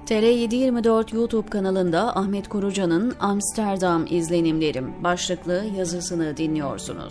TR724 YouTube kanalında Ahmet Korucan'ın Amsterdam İzlenimlerim başlıklı yazısını dinliyorsunuz.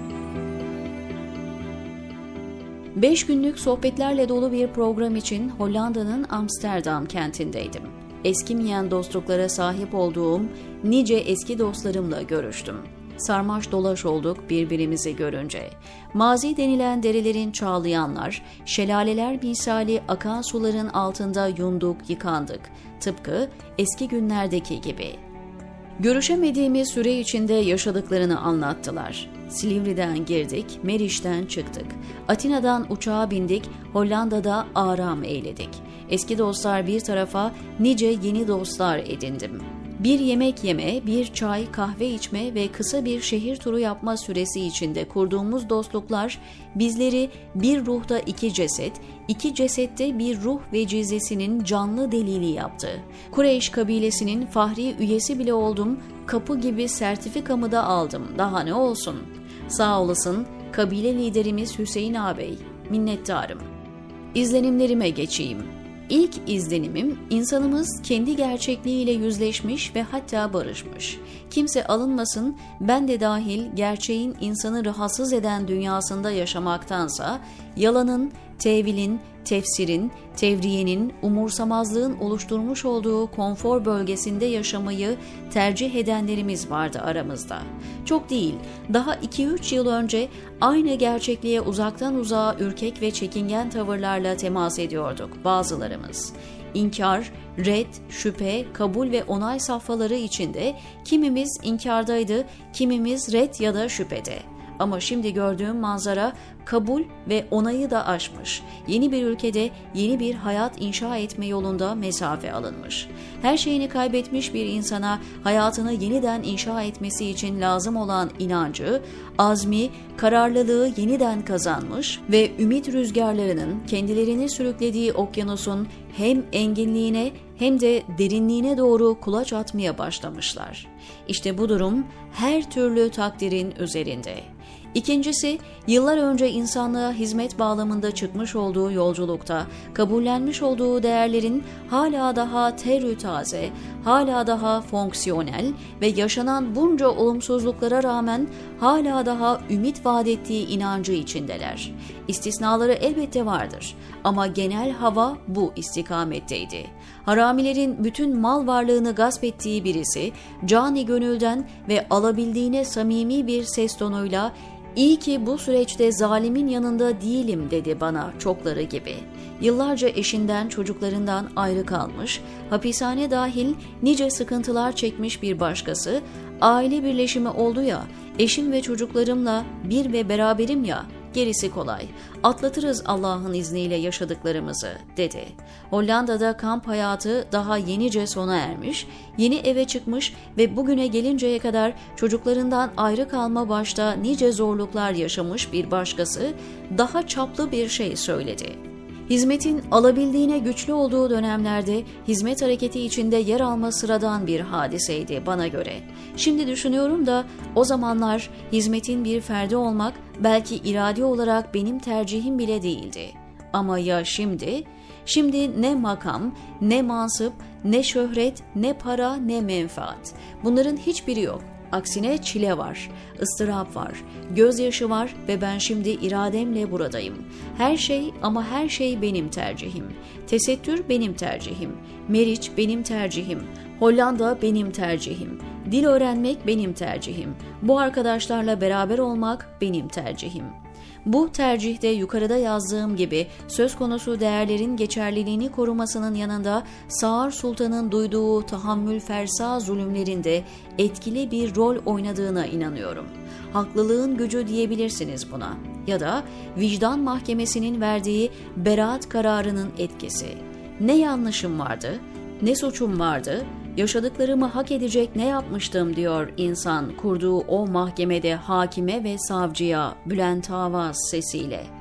5 günlük sohbetlerle dolu bir program için Hollanda'nın Amsterdam kentindeydim. Eskimeyen dostluklara sahip olduğum nice eski dostlarımla görüştüm. Sarmaş dolaş olduk birbirimizi görünce. Mazi denilen derelerin çağlayanlar, şelaleler misali akan suların altında yunduk, yıkandık. Tıpkı eski günlerdeki gibi. Görüşemediğimiz süre içinde yaşadıklarını anlattılar. Silivri'den girdik, Meriç'ten çıktık. Atina'dan uçağa bindik, Hollanda'da aram eyledik. Eski dostlar bir tarafa, nice yeni dostlar edindim. Bir yemek yeme, bir çay, kahve içme ve kısa bir şehir turu yapma süresi içinde kurduğumuz dostluklar bizleri bir ruhta iki ceset, iki cesette bir ruh vecizesinin canlı delili yaptı. Kureyş kabilesinin fahri üyesi bile oldum, kapı gibi sertifikamı da aldım, daha ne olsun. Sağ olasın kabile liderimiz Hüseyin ağabey, minnettarım. İzlenimlerime geçeyim. İlk izlenimim, insanımız kendi gerçekliğiyle yüzleşmiş ve hatta barışmış. Kimse alınmasın, ben de dahil gerçeğin insanı rahatsız eden dünyasında yaşamaktansa, yalanın, tevilin, tefsirin, tevriyenin, umursamazlığın oluşturmuş olduğu konfor bölgesinde yaşamayı tercih edenlerimiz vardı aramızda. Çok değil, daha 2-3 yıl önce aynı gerçekliğe uzaktan uzağa ürkek ve çekingen tavırlarla temas ediyorduk bazılarımız. İnkar, red, şüphe, kabul ve onay safhaları içinde kimimiz inkardaydı, kimimiz red ya da şüphede. Ama şimdi gördüğüm manzara kabul ve onayı da aşmış. Yeni bir ülkede yeni bir hayat inşa etme yolunda mesafe alınmış. Her şeyini kaybetmiş bir insana hayatını yeniden inşa etmesi için lazım olan inancı, azmi, kararlılığı yeniden kazanmış ve ümit rüzgarlarının kendilerini sürüklediği okyanusun hem enginliğine hem de derinliğine doğru kulaç atmaya başlamışlar. İşte bu durum her türlü takdirin üzerinde. İkincisi, yıllar önce insanlığa hizmet bağlamında çıkmış olduğu yolculukta kabullenmiş olduğu değerlerin hala daha terü taze, hala daha fonksiyonel ve yaşanan bunca olumsuzluklara rağmen hala daha ümit vaat ettiği inancı içindeler. İstisnaları elbette vardır ama genel hava bu istikametteydi. Haramilerin bütün mal varlığını gasp ettiği birisi, cani gönülden ve alabildiğine samimi bir ses tonuyla "İyi ki bu süreçte zalimin yanında değilim" dedi bana çokları gibi. Yıllarca eşinden, çocuklarından ayrı kalmış, hapishane dahil nice sıkıntılar çekmiş bir başkası, aile birleşimi oldu ya, eşim ve çocuklarımla bir ve beraberim ya, gerisi kolay. Atlatırız Allah'ın izniyle yaşadıklarımızı, dedi. Hollanda'da kamp hayatı daha yenice sona ermiş, yeni eve çıkmış ve bugüne gelinceye kadar çocuklarından ayrı kalma başta nice zorluklar yaşamış bir başkası daha çaplı bir şey söyledi. Hizmetin alabildiğine güçlü olduğu dönemlerde hizmet hareketi içinde yer alma sıradan bir hadiseydi bana göre. Şimdi düşünüyorum da o zamanlar hizmetin bir ferdi olmak belki iradi olarak benim tercihim bile değildi. Ama ya şimdi? Şimdi ne makam, ne mansıp, ne şöhret, ne para, ne menfaat. Bunların hiçbiri yok. Aksine çile var, ıstırap var, gözyaşı var ve ben şimdi irademle buradayım. Her şey ama her şey benim tercihim. Tesettür benim tercihim. Meriç benim tercihim. Hollanda benim tercihim. Dil öğrenmek benim tercihim. Bu arkadaşlarla beraber olmak benim tercihim. Bu tercihte yukarıda yazdığım gibi söz konusu değerlerin geçerliliğini korumasının yanında Sağır Sultan'ın duyduğu tahammül fersa zulümlerinde etkili bir rol oynadığına inanıyorum. Haklılığın gücü diyebilirsiniz buna ya da vicdan mahkemesinin verdiği beraat kararının etkisi. Ne yanlışım vardı, ne suçum vardı, yaşadıklarımı hak edecek ne yapmıştım diyor insan kurduğu o mahkemede hakime ve savcıya Bülent Avaz sesiyle.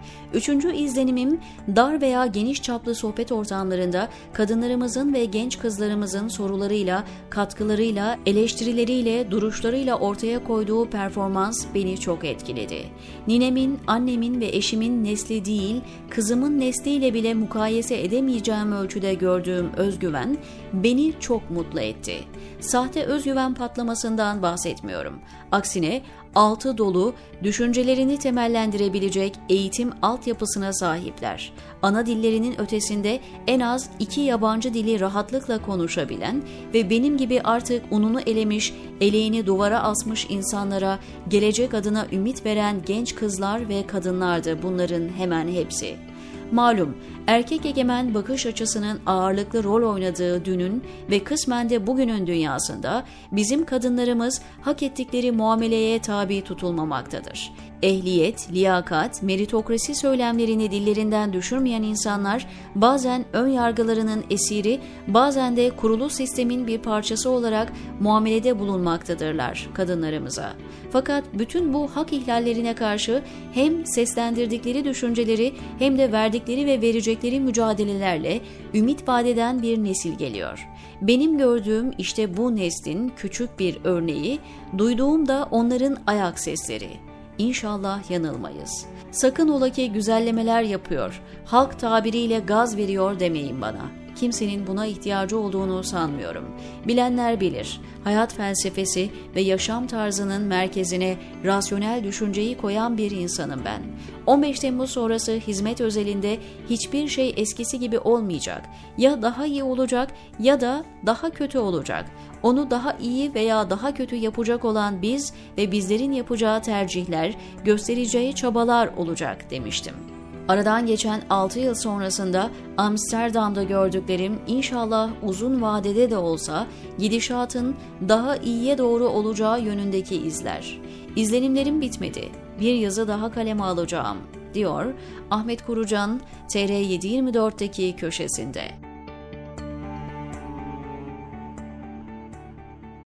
Üçüncü izlenimim, dar veya geniş çaplı sohbet ortamlarında kadınlarımızın ve genç kızlarımızın sorularıyla, katkılarıyla, eleştirileriyle, duruşlarıyla ortaya koyduğu performans beni çok etkiledi. Ninemin, annemin ve eşimin nesli değil, kızımın nesliyle bile mukayese edemeyeceğim ölçüde gördüğüm özgüven beni çok mutlu etti. Sahte özgüven patlamasından bahsetmiyorum. Aksine altı dolu, düşüncelerini temellendirebilecek eğitim altyapısına sahipler. Ana dillerinin ötesinde en az 2 yabancı dili rahatlıkla konuşabilen ve benim gibi artık ununu elemiş, eleğini duvara asmış insanlara gelecek adına ümit veren genç kızlar ve kadınlardı bunların hemen hepsi. Malum, erkek egemen bakış açısının ağırlıklı rol oynadığı dünün ve kısmen de bugünün dünyasında bizim kadınlarımız hak ettikleri muameleye tabi tutulmamaktadır. Ehliyet, liyakat, meritokrasi söylemlerini dillerinden düşürmeyen insanlar bazen ön yargılarının esiri, bazen de kurulu sistemin bir parçası olarak muamelede bulunmaktadırlar kadınlarımıza. Fakat bütün bu hak ihlallerine karşı hem seslendirdikleri düşünceleri hem de verdikleri ve verecekleri mücadelelerle ümit vadeden bir nesil geliyor. Benim gördüğüm işte bu neslin küçük bir örneği, duyduğum da onların ayak sesleri. İnşallah yanılmayız. Sakın ola ki güzellemeler yapıyor, halk tabiriyle gaz veriyor demeyin bana. Kimsenin buna ihtiyacı olduğunu sanmıyorum. Bilenler bilir. Hayat felsefesi ve yaşam tarzının merkezine rasyonel düşünceyi koyan bir insanım ben. 15 Temmuz sonrası hizmet özelinde hiçbir şey eskisi gibi olmayacak. Ya daha iyi olacak ya da daha kötü olacak. Onu daha iyi veya daha kötü yapacak olan biz ve bizlerin yapacağı tercihler, göstereceği çabalar olacak demiştim. Aradan geçen 6 yıl sonrasında Amsterdam'da gördüklerim inşallah uzun vadede de olsa gidişatın daha iyiye doğru olacağı yönündeki izler. İzlenimlerim bitmedi. Bir yazı daha kaleme alacağım, diyor Ahmet Kurucan TR724'teki köşesinde.